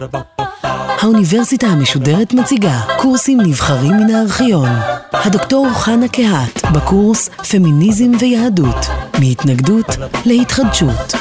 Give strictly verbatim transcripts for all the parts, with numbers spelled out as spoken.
האוניברסיטה המשודרת מציגה קורסים נבחרים מן הארכיון. הדוקטור חנה קהת בקורס פמיניזם ויהדות, מהתנגדות להתחדשות.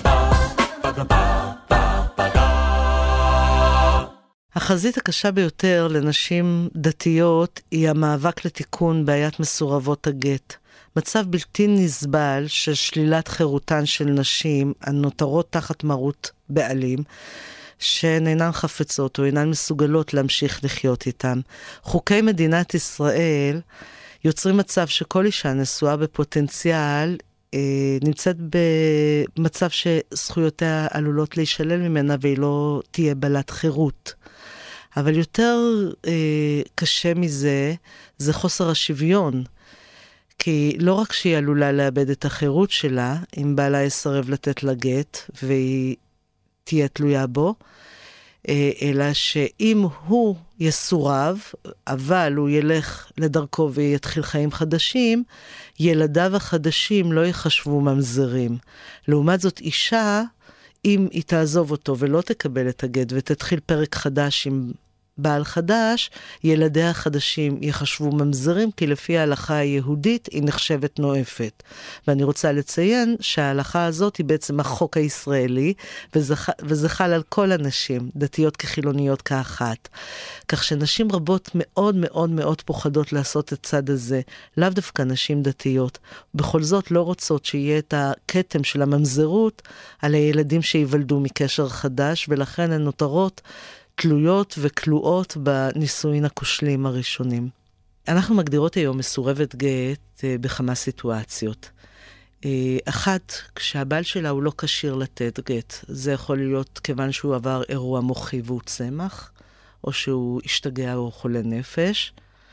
החזית הקשה ביותר לנשים דתיות היא המאבק לתיקון בעיית מסורבות הגט. מצב בלתי נסבל של שלילת חירותן של נשים הנותרות תחת מרות בעלים, שהן אינן חפצות או אינן מסוגלות להמשיך לחיות איתן. חוקי מדינת ישראל יוצרים מצב שכל אישה נשואה בפוטנציאל אה, נמצאת במצב שזכויותיה עלולות להישלל ממנה והיא לא תהיה בעלת חירות. אבל יותר אה, קשה מזה, זה חוסר השוויון. כי לא רק שהיא עלולה לאבד את החירות שלה, אם בעלה יסרב לתת לה גט והיא תהיה תלויה בו, אלא שאם הוא יסורב, אבל הוא ילך לדרכו ויתחיל חיים חדשים, ילדיו החדשים לא יחשבו ממזרים. לעומת זאת, אישה, אם היא תעזוב אותו ולא תקבל את הגט ותתחיל פרק חדש עם בעל חדש, ילדיה החדשים יחשבו ממזרים, כי לפי ההלכה היהודית היא נחשבת נואפת. ואני רוצה לציין שההלכה הזאת היא בעצם החוק הישראלי, וזה, וזה חל על כל הנשים, דתיות כחילוניות כאחת. כך שנשים רבות מאוד מאוד מאוד פוחדות לעשות את צד הזה, לאו דווקא נשים דתיות. בכל זאת לא רוצות שיהיה את הכתם של הממזרות על הילדים שיוולדו מקשר חדש, ולכן הן נותרות תלויות וכלואות בנישואין הכושלים הראשונים. אנחנו מגדירות היום מסורבת גט בכמה סיטואציות. אחת, כשהבעל שלה הוא לא כשיר לתת גט. זה יכול להיות כיוון שהוא עבר אירוע מוחי והוא צמח, או שהוא השתגע או חולה נפש,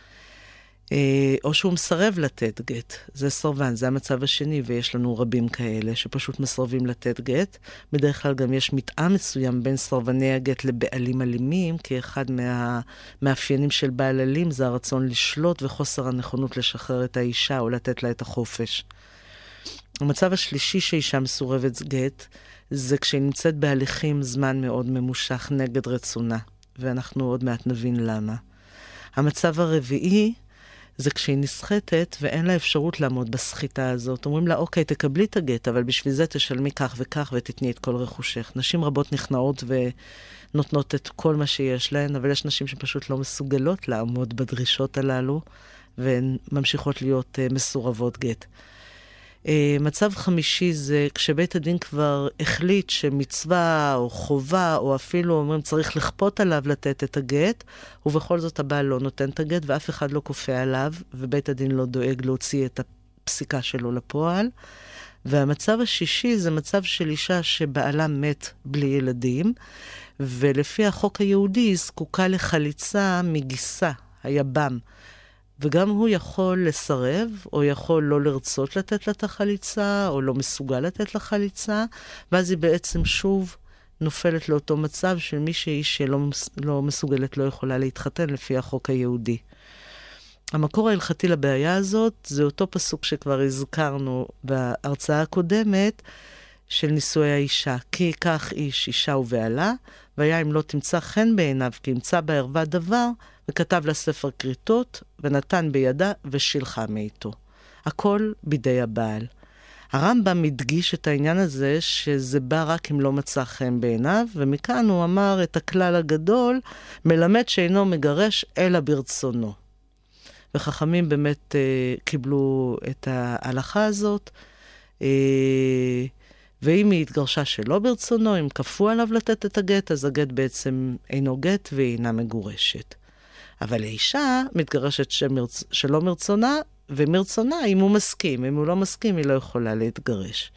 או שהוא מסרב לתת גט. זה סרבן, זה המצב השני, ויש לנו רבים כאלה שפשוט מסרבים לתת גט. בדרך כלל גם יש מתאם מסוים בין סרבני הגט לבעלים אלימים, כי אחד מהמאפיינים של בעל אלים זה הרצון לשלוט וחוסר הנכונות לשחרר את האישה או לתת לה את החופש. המצב השלישי שאישה מסורבת גט זה כשהיא נמצאת בהליכים זמן מאוד ממושך נגד רצונה, ואנחנו עוד מעט נבין למה. המצב הרביעי זה כשהיא נסחטת ואין לה אפשרות לעמוד בסחיטה הזאת. אומרים לה, אוקיי, תקבלי את הגט, אבל בשביל זה תשלמי כך וכך ותתני את כל רכושך. נשים רבות נכנעות ונותנות את כל מה שיש להן, אבל יש נשים שפשוט לא מסוגלות לעמוד בדרישות הללו, והן ממשיכות להיות uh, מסורבות גט. Uh, מצב חמישי זה כשבית הדין כבר החליט שמצווה או חובה, או אפילו אומרים צריך לכפות עליו לתת את הגט, ובכל זאת הבעל לא נותן את הגט, ואף אחד לא כופה עליו, ובית הדין לא דואג להוציא את הפסיקה שלו לפועל. והמצב השישי זה מצב של אישה שבעלה מת בלי ילדים, ולפי החוק היהודי היא זקוקה לחליצה מגיסה, היבם. וגם הוא יכול לסרב, או יכול לא לרצות לתת לה את החליצה, או לא מסוגל לתת לה חליצה, ואז היא בעצם שוב נופלת לאותו מצב של מישהי שלא לא מסוגלת, לא יכולה להתחתן לפי החוק היהודי. המקור ההלכתי לבעיה הזאת זה אותו פסוק שכבר הזכרנו בהרצאה הקודמת של נישואי האישה. כי ייקח איש אישה ובעלה, והיה אם לא תמצא חן בעיניו, כי ימצא בערווה דבר, וכתב לה ספר כריתות, ונתן בידה ושילחה מאיתו. הכל בידי הבעל. הרמב"ם מדגיש את העניין הזה, שזה בא רק אם לא מצא חן בעיניו, ומכאן הוא אמר את הכלל הגדול, מלמד שאינו מגרש אלא ברצונו. וחכמים באמת אה, קיבלו את ההלכה הזאת, אה, ואם היא התגרשה שלא ברצונו, אם כפו עליו לתת את הגט, אז הגט בעצם אינו גט והיא אינה מגורשת. אבל האישה מתגרשת שמרצ... שלא מרצונה, ומרצונה אם הוא מסכים. אם הוא לא מסכים, היא לא יכולה להתגרש.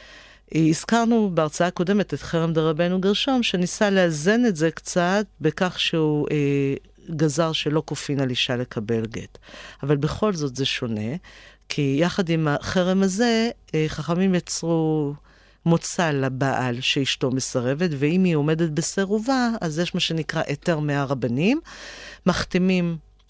הזכרנו בהרצאה הקודמת את חרם דרבנו גרשום, שניסה לאזן את זה קצת בכך שהוא אה, גזר שלא כופין על אישה לקבל גט. אבל בכל זאת זה שונה, כי יחד עם החרם הזה, אה, חכמים יצרו מוצא לבעל שאשתו מסרבת, ואם היא עומדת בסירובה, אז יש מה שנקרא היתר מהרבנים, מחתימים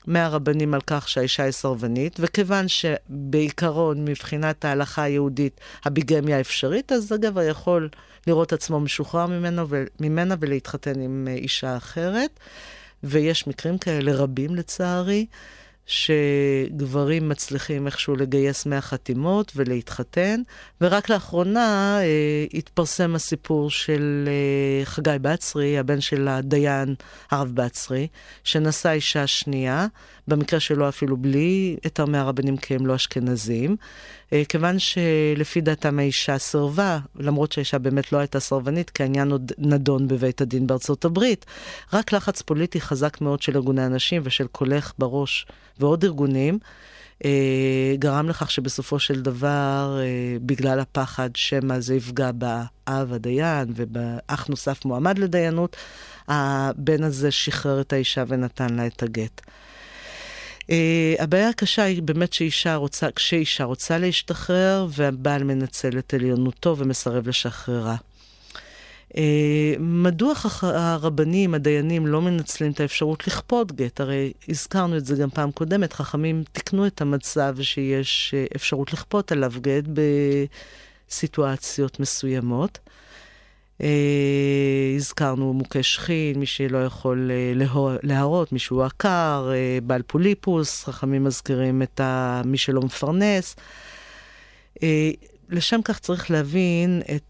מהרבנים על כך שהאישה היא סרבנית, וכיוון שבעיקרון מבחינת ההלכה היהודית הביגמיה אפשרית, אז הגבר יכול לראות עצמו משוחרר ממנו ו... ממנה ולהתחתן עם אישה אחרת. ויש מקרים כאלה רבים לצערי, שגברים מצליחים איכשהו לגייס מאה חתימות ולהתחתן, ורק לאחרונה אה, התפרסם הסיפור של אה, חגי בצרי, הבן של הדיין הרב בצרי, שנשא אישה שנייה, במקרה שלו אפילו בלי היתר מהרבנים כי הם לא אשכנזים, אה, כיוון שלפי דעתם האישה סרבה, למרות שהאישה באמת לא הייתה סרבנית, כי העניין עוד נדון בבית הדין בארצות הברית, רק לחץ פוליטי חזק מאוד של ארגוני הנשים ושל קולך בראש ועוד ארגונים, אה, גרם לכך שבסופו של דבר, אה, בגלל הפחד שמה זה יפגע באב הדיין ובאח נוסף מועמד לדיינות, הבן הזה שחרר את האישה ונתן לה את הגט. Uh, הבעיה הקשה היא באמת שאישה רוצה, כשאישה רוצה להשתחרר, והבעל מנצל את עליונותו ומסרב לשחררה. Uh, מדוע הרבנים, הדיינים, לא מנצלים את האפשרות לכפות גט? הרי הזכרנו את זה גם פעם קודמת, חכמים תקנו את המצב שיש אפשרות לכפות עליו גט בסיטואציות מסוימות. Uh, הזכרנו מוכה שכין, מי שלא יכול uh, להרות, מישהו עקר, uh, בעל פוליפוס, חכמים מזכירים את ה... מי שלא מפרנס. Uh, לשם כך צריך להבין את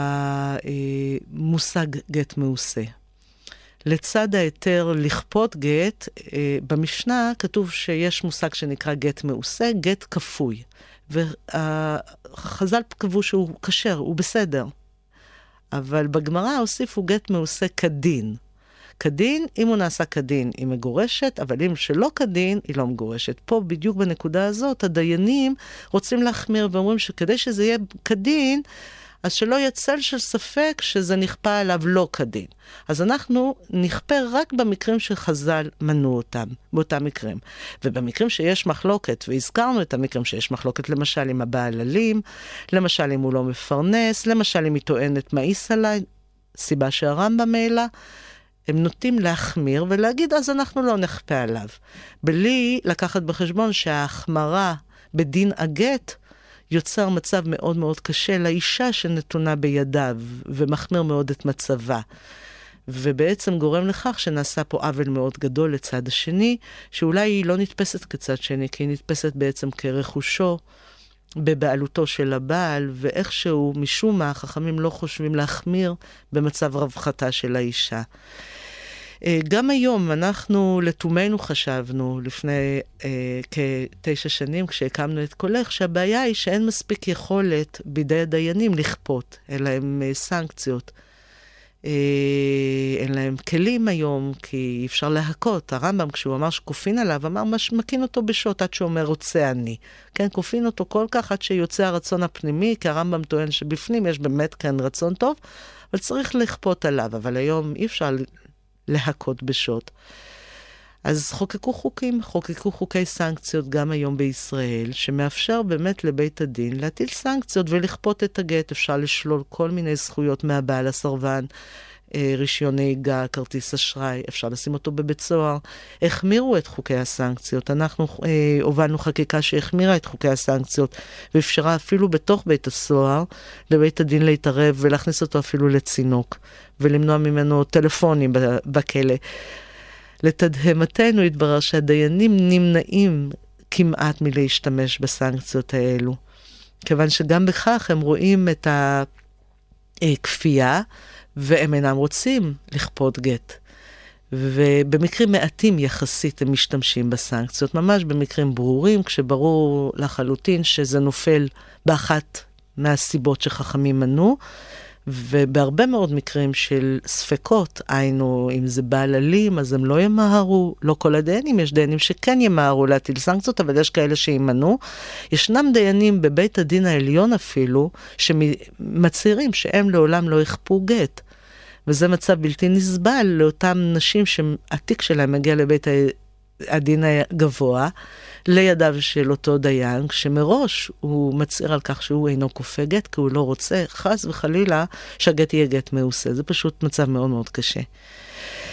המושג גט מעושה. לצד היתר לכפות גט, uh, במשנה כתוב שיש מושג שנקרא גט מעושה, גט כפוי. והחז"ל קבעו שהוא כשר, הוא בסדר. אבל בגמרא הוסיפו גט מעושה כדין. כדין, אם הוא נעשה כדין, היא מגורשת, אבל אם שלא כדין, היא לא מגורשת. פה בדיוק בנקודה הזאת, הדיינים רוצים להחמיר ואומרים שכדי שזה יהיה כדין, אז שלא יהיה צל של ספק שזה נכפה עליו לא כדין. אז אנחנו נכפה רק במקרים שחז"ל מנו אותם, באותם מקרים. ובמקרים שיש מחלוקת, והזכרנו את המקרים שיש מחלוקת, למשל עם הבעל אלים, למשל אם הוא לא מפרנס, למשל אם היא טוענת מאיס עליי, סיבה שהרמב"ם העלה, הם נוטים להחמיר ולהגיד, אז אנחנו לא נכפה עליו. בלי לקחת בחשבון שההחמרה בדין הגט, יוצר מצב מאוד מאוד קשה לאישה שנתונה בידיו, ומחמיר מאוד את מצבה. ובעצם גורם לכך שנעשה פה עוול מאוד גדול לצד השני, שאולי היא לא נתפסת כצד שני, כי היא נתפסת בעצם כרכושו, בבעלותו של הבעל, ואיכשהו משום מה החכמים לא חושבים להחמיר במצב רווחתה של האישה. גם היום אנחנו לתומנו חשבנו לפני אה, כתשע שנים כשהקמנו את קולך, שהבעיה היא שאין מספיק יכולת בידי הדיינים לכפות, אלא הם אה, סנקציות. אה, אין להם כלים היום, כי אפשר להכות. הרמב"ם כשהוא אמר שכופין עליו, אמר מכין אותו בשוט עד שאומר רוצה אני. כן, כופין אותו כל כך עד שיוצא הרצון הפנימי, כי הרמב"ם טוען שבפנים יש באמת כאן רצון טוב, אבל צריך לכפות עליו. אבל היום אי אפשר להכות בשוט. אז חוקקו חוקים, חוקקו חוקי סנקציות גם היום בישראל, שמאפשר באמת לבית הדין להטיל סנקציות ולכפות את הגט. אפשר לשלול כל מיני זכויות מהבעל הסרבן, רישיון נהיגה, כרטיס אשראי, אפשר לשים אותו בבית סוהר. החמירו את חוקי הסנקציות. אנחנו אה, הובלנו חקיקה שהחמירה את חוקי הסנקציות, ואפשרה אפילו בתוך בית הסוהר לבית הדין להתערב ולהכניס אותו אפילו לצינוק, ולמנוע ממנו טלפונים בכלא. לתדהמתנו התברר שהדיינים נמנעים כמעט מלהשתמש בסנקציות האלו. כיוון שגם בכך הם רואים את הכפייה, והם אינם רוצים לכפות גט. ובמקרים מעטים יחסית הם משתמשים בסנקציות, ממש במקרים ברורים, כשברור לחלוטין שזה נופל באחת מהסיבות שחכמים מנו, ובהרבה מאוד מקרים של ספקות, היינו, אם זה בעל אלים, אז הם לא ימהרו, לא כל הדיינים, יש דיינים שכן ימהרו להטיל סנקציות, אבל יש כאלה שימנו. ישנם דיינים בבית הדין העליון אפילו, שמצהירים שהם לעולם לא יכפו גט. וזה מצב בלתי נסבל לאותם נשים שהתיק שלהם מגיע לבית הדין הגבוה, לידיו של אותו דיין, כשמראש הוא מצהיר על כך שהוא אינו כופה גט, כי הוא לא רוצה, חס וחלילה, שהגט יהיה גט מעושה. זה פשוט מצב מאוד מאוד קשה.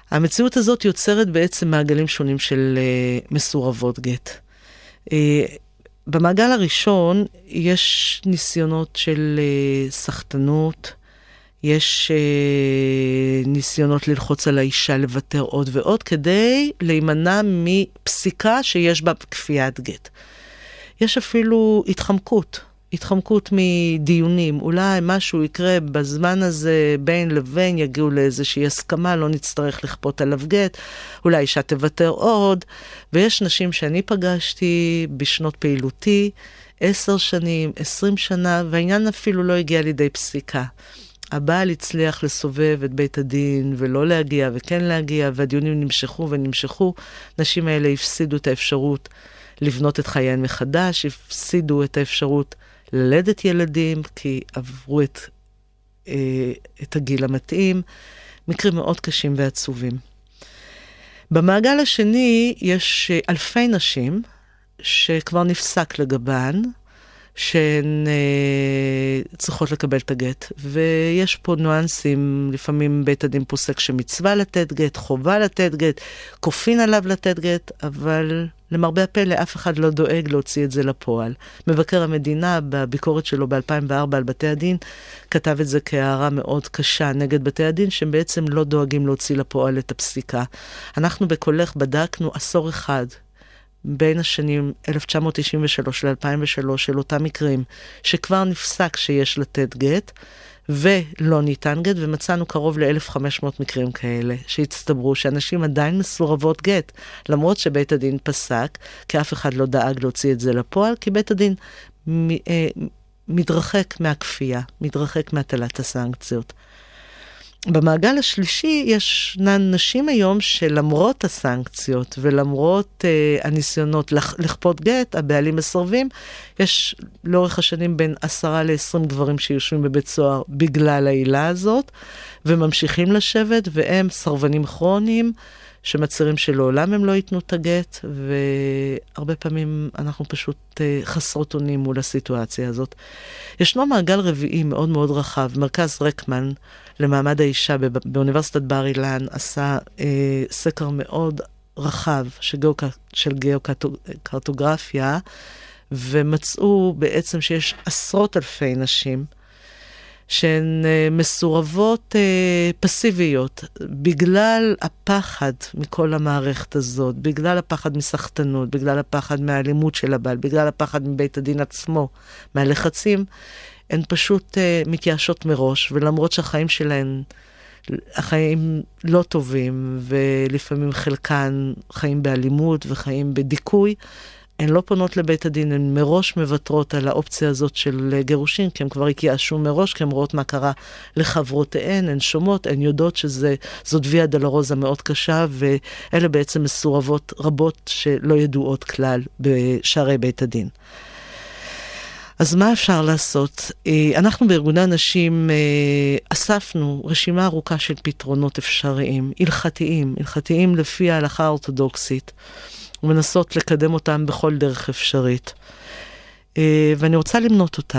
המציאות הזאת יוצרת בעצם מעגלים שונים של uh, מסורבות גט. Uh, במעגל הראשון יש ניסיונות של uh, סחטנות, יש uh, ניסיונות ללחוץ על האישה לוותר עוד ועוד, כדי להימנע מפסיקה שיש בה כפיית גט. יש אפילו התחמקות, התחמקות מדיונים, אולי משהו יקרה בזמן הזה בין לבין, יגיעו לאיזושהי הסכמה, לא נצטרך לכפות עליו גט, אולי אישה תוותר עוד, ויש נשים שאני פגשתי בשנות פעילותי, עשר שנים, עשרים שנה, והעניין אפילו לא הגיע לידי פסיקה. הבעל הצליח לסובב את בית הדין ולא להגיע וכן להגיע, והדיונים נמשכו ונמשכו, נשים האלה הפסידו את האפשרות לבנות את חייהן מחדש, הפסידו את האפשרות ללדת ילדים, כי עברו את, אה, את הגיל המתאים, מקרים מאוד קשים ועצובים. במעגל השני יש אלפי נשים שכבר נפסק לגבן, שהן אה, צריכות לקבל את הגט. ויש פה ניואנסים, לפעמים בית הדין פוסק שמצווה לתת גט, חובה לתת גט, כופין עליו לתת גט, אבל למרבה הפלא אף אחד לא דואג להוציא את זה לפועל. מבקר המדינה בביקורת שלו ב-אלפיים וארבע על בתי הדין, כתב את זה כהערה מאוד קשה נגד בתי הדין, שהם בעצם לא דואגים להוציא לפועל את הפסיקה. אנחנו בקולך בדקנו עשור אחד, בין השנים אלף תשע מאות תשעים ושלוש ל-אלפיים ושלוש של אותם מקרים שכבר נפסק שיש לתת גט ולא ניתן גט, ומצאנו קרוב ל-אלף וחמש מאות מקרים כאלה שהצטברו, שאנשים עדיין מסורבות גט, למרות שבית הדין פסק, כי אף אחד לא דאג להוציא את זה לפועל, כי בית הדין מתרחק מהכפייה, מתרחק מהטלת הסנקציות. במעגל השלישי ישנן נשים היום שלמרות הסנקציות ולמרות uh, הניסיונות לכ- לכפות גט, הבעלים מסרבים. יש לאורך השנים בין עשרה לעשרים גברים שיושבים בבית סוהר בגלל העילה הזאת, וממשיכים לשבת, והם סרבנים כרוניים שמצהירים שלעולם הם לא ייתנו את הגט, והרבה פעמים אנחנו פשוט uh, חסרות אונים מול הסיטואציה הזאת. ישנו מעגל רביעי מאוד מאוד רחב, מרכז רקמן, למעמד האישה באוניברסיטת בר אילן עשה אה, סקר מאוד רחב של, גיאוק... של גיאוקרטוגרפיה, ומצאו בעצם שיש עשרות אלפי נשים שהן אה, מסורבות אה, פסיביות, בגלל הפחד מכל המערכת הזאת, בגלל הפחד מסחטנות, בגלל הפחד מהאלימות של הבעל, בגלל הפחד מבית הדין עצמו, מהלחצים, הן פשוט uh, מתייאשות מראש, ולמרות שהחיים שלהן, החיים לא טובים, ולפעמים חלקן חיים באלימות וחיים בדיכוי, הן לא פונות לבית הדין, הן מראש מבטרות על האופציה הזאת של גירושים, כי הן כבר התייאשו מראש, כי הן רואות מה קרה לחברותיהן, הן שומעות, הן יודעות שזאת ויה דולורוזה מאוד קשה, ואלה בעצם מסורבות רבות שלא ידועות כלל בשערי בית הדין. אז מה אפשר לעשות? אנחנו בארגוני הנשים אספנו רשימה ארוכה של פתרונות אפשריים, הלכתיים, הלכתיים לפי ההלכה האורתודוקסית, ומנסות לקדם אותם בכל דרך אפשרית. ואני רוצה למנות אותם.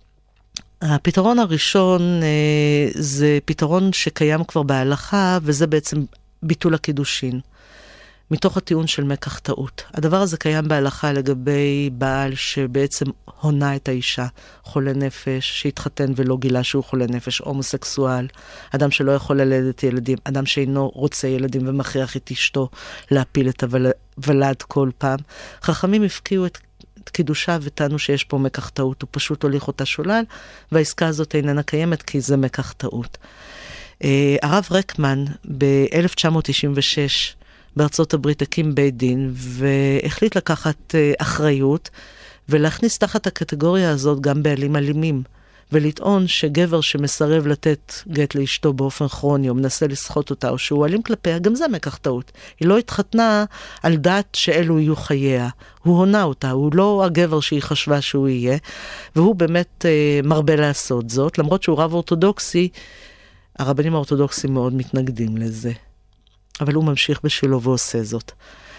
הפתרון הראשון זה פתרון שקיים כבר בהלכה, וזה בעצם ביטול הקידושין. מתוך הטיעון של מקח טעות. הדבר הזה קיים בהלכה לגבי בעל שבעצם הונה את האישה, חולה נפש, שהתחתן ולא גילה שהוא חולה נפש, הומוסקסואל, אדם שלא יכול ללדת ילדים, אדם שאינו רוצה ילדים ומכריח את אשתו להפיל את הוולד כל פעם. חכמים הפקיעו את קידושה וטענו שיש פה מקח טעות, הוא פשוט הוליך אותה שולל, והעסקה הזאת איננה קיימת כי זה מקח טעות. הרב רקמן ב-אלף תשע מאות תשעים ושש בארצות הברית הקים בית דין, והחליט לקחת אחריות, ולהכניס תחת הקטגוריה הזאת גם בעלים אלימים, ולטעון שגבר שמסרב לתת גט לאשתו באופן כרוני, או מנסה לסחוט אותה, או שהוא אלים כלפיה, גם זה מקח טעות. היא לא התחתנה על דעת שאלו יהיו חייה. הוא הונה אותה, הוא לא הגבר שהיא חשבה שהוא יהיה, והוא באמת אה, מרבה לעשות זאת, למרות שהוא רב אורתודוקסי, הרבנים האורתודוקסים מאוד מתנגדים לזה. אבל הוא ממשיך בשלו ועושה זאת.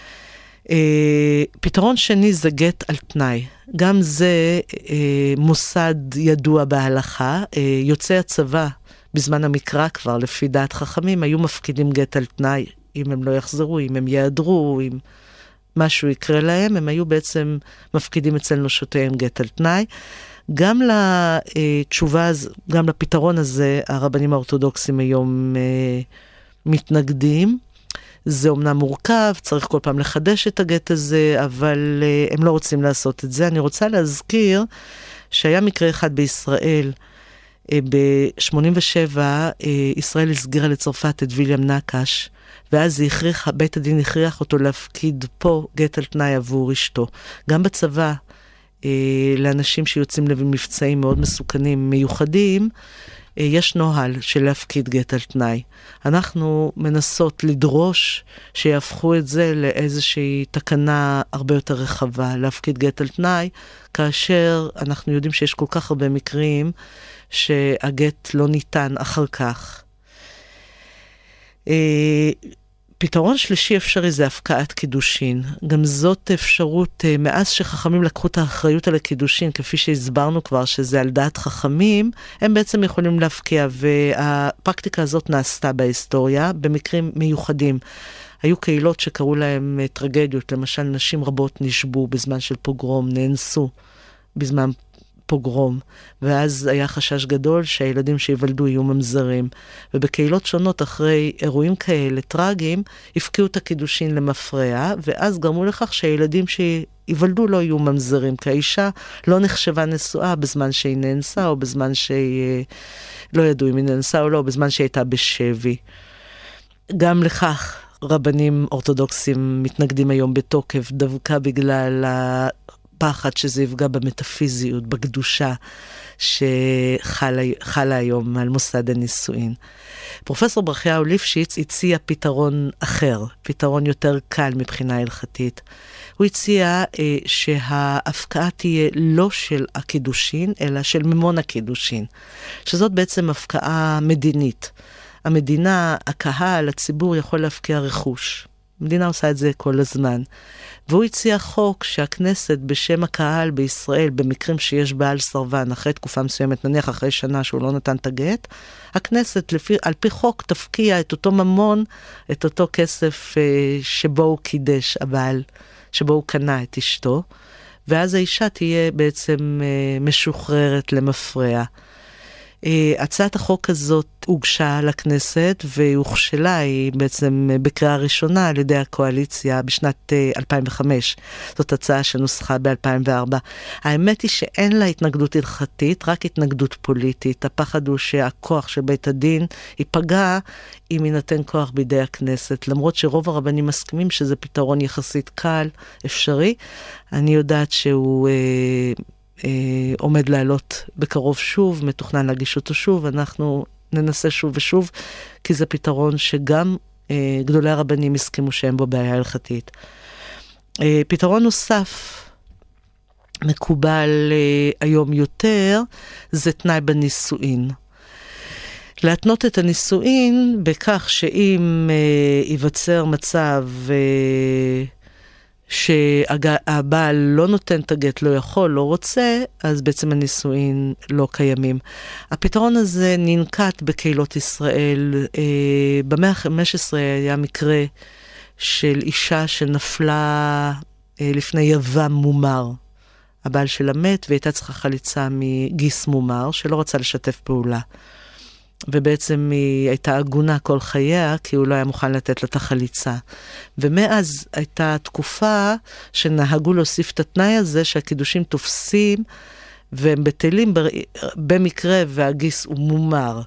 אה, פתרון שני זה גט על תנאי. גם זה אה, מוסד ידוע בהלכה. אה, יוצאי הצבא, בזמן המקרא כבר, לפי דעת חכמים, היו מפקידים גט על תנאי אם הם לא יחזרו, אם הם יעדרו, אם משהו יקרה להם, הם היו בעצם מפקידים אצל נושותיהם גט על תנאי. גם לתשובה, גם לפתרון הזה, הרבנים האורתודוקסים היום מתנגדים. זה אומנם מורכב, צריך כל פעם לחדש את הגט הזה, אבל הם לא רוצים לעשות את זה. אני רוצה להזכיר שהיה מקרה אחד בישראל, ב-שמונים ושבע, ישראל הסגירה לצרפת את ויליאם נקש, ואז הכריח, בית הדין הכריח אותו להפקיד פה גט על תנאי עבור אשתו. גם בצבא, לאנשים שיוצאים למבצעים מאוד מסוכנים, מיוחדים, יש נוהל של להפקיד גט על תנאי. אנחנו מנסות לדרוש שיהפכו את זה לאיזושהי תקנה הרבה יותר רחבה, להפקיד גט על תנאי, כאשר אנחנו יודעים שיש כל כך הרבה מקרים שהגט לא ניתן אחר כך. פתרון שלישי אפשרי זה הפקעת קידושין. גם זאת אפשרות, מאז שחכמים לקחו את האחריות על הקידושין, כפי שהסברנו כבר שזה על דעת חכמים, הם בעצם יכולים להפקיע, והפרקטיקה הזאת נעשתה בהיסטוריה, במקרים מיוחדים. היו קהילות שקראו להם טרגדיות, למשל נשים רבות נשבו בזמן של פוגרום, נאנסו בזמן פוגרום, ואז היה חשש גדול שהילדים שיוולדו יהיו ממזרים. ובקהילות שונות אחרי אירועים כאלה טרגיים, הפקיעו את הקידושין למפרע, ואז גרמו לכך שהילדים שיוולדו לא יהיו ממזרים, כי האישה לא נחשבה נשואה בזמן שהיא נאנסה, או בזמן שהיא לא ידעו אם היא נאנסה או לא, בזמן שהיא הייתה בשבי. גם לכך רבנים אורתודוקסים מתנגדים היום בתוקף, דווקא בגלל ה... פחד שזה יפגע במטאפיזיות, בקדושה שחלה היום על מוסד הנישואין. פרופסור ברכיהו ליפשיץ הציע פתרון אחר, פתרון יותר קל מבחינה הלכתית. הוא הציע אה, שההפקעה תהיה לא של הקידושין, אלא של ממון הקידושין, שזאת בעצם הפקעה מדינית. המדינה, הקהל, הציבור יכול להפקיע רכוש. המדינה עושה את זה כל הזמן. והוא הציע חוק שהכנסת בשם הקהל בישראל, במקרים שיש בעל סרבן, אחרי תקופה מסוימת, נניח אחרי שנה שהוא לא נתן את הגט, הכנסת לפי, על פי חוק תפקיע את אותו ממון, את אותו כסף אה, שבו הוא קידש הבעל, שבו הוא קנה את אשתו, ואז האישה תהיה בעצם אה, משוחררת למפרע. הצעת החוק הזאת הוגשה לכנסת והוכשלה, היא בעצם בקריאה ראשונה על ידי הקואליציה בשנת אלפיים וחמש. זאת הצעה שנוסחה ב-אלפיים וארבע. האמת היא שאין לה התנגדות הלכתית, רק התנגדות פוליטית. הפחד הוא שהכוח של בית הדין ייפגע אם יינתן כוח בידי הכנסת, למרות שרוב הרבנים מסכימים שזה פתרון יחסית קל, אפשרי. אני יודעת שהוא... עומד לעלות בקרוב שוב, מתוכנן להגיש אותו שוב, אנחנו ננסה שוב ושוב, כי זה פתרון שגם אה, גדולי הרבנים הסכימו שהם בו בעיה הלכתית. אה, פתרון נוסף, מקובל אה, היום יותר, זה תנאי בנישואין. להתנות את הנישואין בכך שאם אה, ייווצר מצב... אה, שהבעל לא נותן את הגט, לא יכול, לא רוצה, אז בעצם הנישואין לא קיימים. הפתרון הזה ננקט בקהילות ישראל. במאה ה-חמש עשרה היה מקרה של אישה שנפלה לפני יבם מומר. הבעל שלה מת והייתה צריכה חליצה מגיס מומר שלא רצה לשתף פעולה. ובעצם היא הייתה אגונה כל חייה, כי הוא לא היה מוכן לתת לה את החליצה. ומאז הייתה תקופה שנהגו להוסיף את התנאי הזה, שהקידושים תופסים, והם בטלים במקרה, והגיס הוא מומר.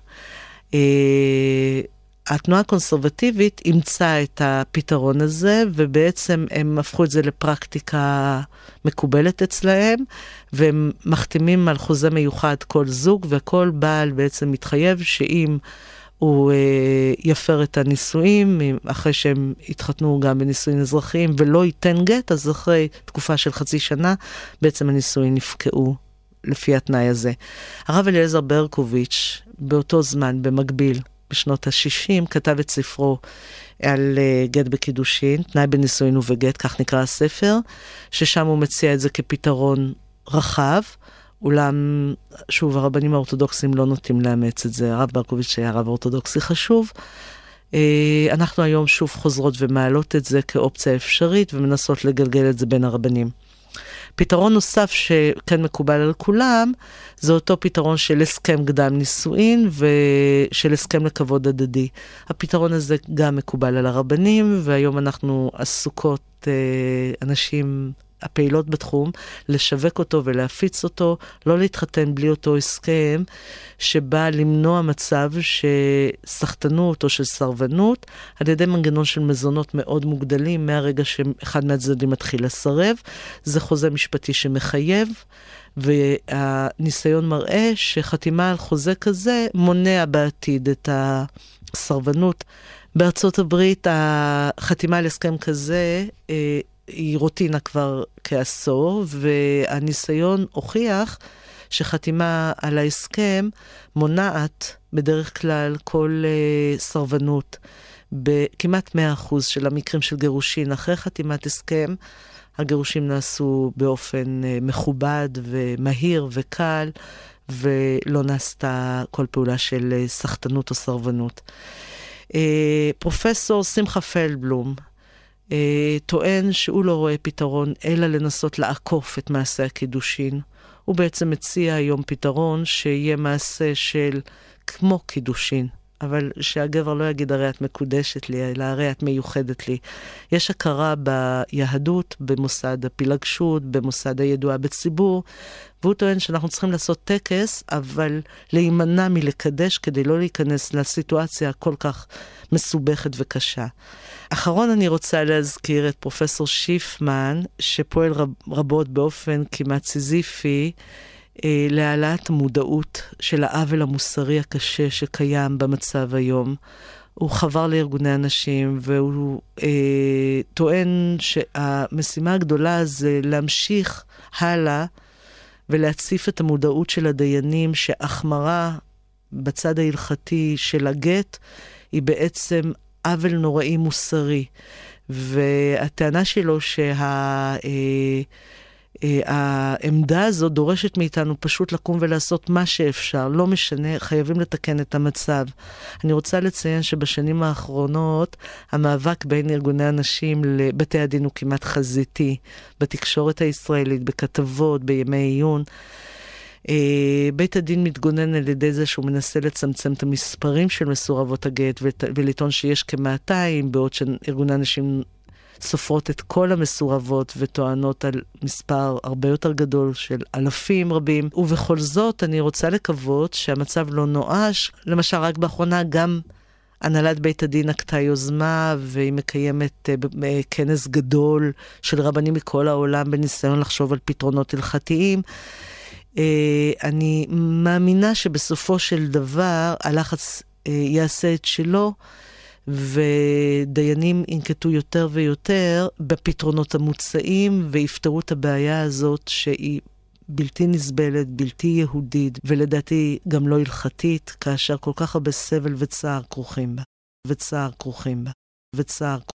התנועה הקונסרבטיבית אימצה את הפתרון הזה, ובעצם הם הפכו את זה לפרקטיקה מקובלת אצלהם, והם מחתימים על חוזה מיוחד כל זוג, וכל בעל בעצם מתחייב שאם הוא אה, יפר את הנישואים, אחרי שהם התחתנו גם בנישואים אזרחיים, ולא ייתן גט, אז אחרי תקופה של חצי שנה, בעצם הנישואים נפקעו לפי התנאי הזה. הרב אליעזר ברקוביץ' באותו זמן, במקביל, בשנות ה-שישים, כתב את ספרו על uh, גט בקידושין, תנאי בנישואין ובגט, כך נקרא הספר, ששם הוא מציע את זה כפתרון רחב, אולם, שוב, הרבנים האורתודוקסים לא נוטים לאמץ את זה. הרב ברקוביץ' היה רב אורתודוקסי חשוב, אנחנו היום שוב חוזרות ומעלות את זה כאופציה אפשרית, ומנסות לגלגל את זה בין הרבנים. פתרון נוסף שכן מקובל על כולם, זה אותו פתרון של הסכם קדם נישואין ושל הסכם לכבוד הדדי. הפתרון הזה גם מקובל על הרבנים, והיום אנחנו עסוקות אנשים הפעילות בתחום, לשווק אותו ולהפיץ אותו, לא להתחתן בלי אותו הסכם, שבא למנוע מצב שסחטנות או של סרבנות, על ידי מנגנון של מזונות מאוד מוגדלים, מהרגע שאחד מהצדדים מתחיל לסרב, זה חוזה משפטי שמחייב, והניסיון מראה שחתימה על חוזה כזה מונע בעתיד את הסרבנות. בארצות הברית, החתימה על הסכם כזה, היא רוטינה כבר כעשור, והניסיון הוכיח שחתימה על ההסכם מונעת בדרך כלל כל uh, סרבנות. בכמעט מאה אחוז של המקרים של גירושין אחרי חתימת הסכם, הגירושים נעשו באופן uh, מכובד ומהיר וקל, ולא נעשתה כל פעולה של uh, סחטנות או סרבנות. Uh, פרופסור שמחה פלדבלום, טוען שהוא לא רואה פתרון אלא לנסות לעקוף את מעשה הקידושין. הוא בעצם מציע היום פתרון שיהיה מעשה של כמו קידושין, אבל שהגבר לא יגיד הרי את מקודשת לי, אלא הרי את מיוחדת לי. יש הכרה ביהדות, במוסד הפילגשות, במוסד הידועה בציבור, והוא טוען שאנחנו צריכים לעשות טקס, אבל להימנע מלקדש כדי לא להיכנס לסיטואציה כל כך מסובכת וקשה. אחרון אני רוצה להזכיר את פרופסור שיפמן, שפועל רב, רבות באופן כמעט סיזיפי, אה, להעלאת המודעות של העוול המוסרי הקשה שקיים במצב היום. הוא חבר לארגוני אנשים, והוא אה, טוען שהמשימה הגדולה זה להמשיך הלאה, ולהציף את המודעות של הדיינים, שהחמרה בצד ההלכתי של הגט, היא בעצם עוול נוראי מוסרי. והטענה שלו שהעמדה הזו דורשת מאיתנו פשוט לקום ולעשות מה שאפשר, לא משנה, חייבים לתקן את המצב. אני רוצה לציין שבשנים האחרונות, המאבק בין ארגוני הנשים לבתי הדין הוא כמעט חזיתי, בתקשורת הישראלית, בכתבות, בימי עיון. בית הדין מתגונן על ידי זה שהוא מנסה לצמצם את המספרים של מסורבות הגט ולטעון שיש כ-מאתיים, בעוד שארגוני הנשים סופרות את כל המסורבות וטוענות על מספר הרבה יותר גדול של אלפים רבים. ובכל זאת אני רוצה לקוות שהמצב לא נואש. למשל רק באחרונה גם הנהלת בית הדין נקטה יוזמה, והיא מקיימת כנס גדול של רבנים מכל העולם בניסיון לחשוב על פתרונות הלכתיים. אני מאמינה שבסופו של דבר הלחץ יעשה את שלו, ודיינים ינקטו יותר ויותר בפתרונות המוצאים, ויפתרו את הבעיה הזאת שהיא בלתי נסבלת, בלתי יהודית, ולדעתי גם לא הלכתית, כאשר כל כך הרבה סבל וצער כרוכים בה, וצער כרוכים בה, וצער.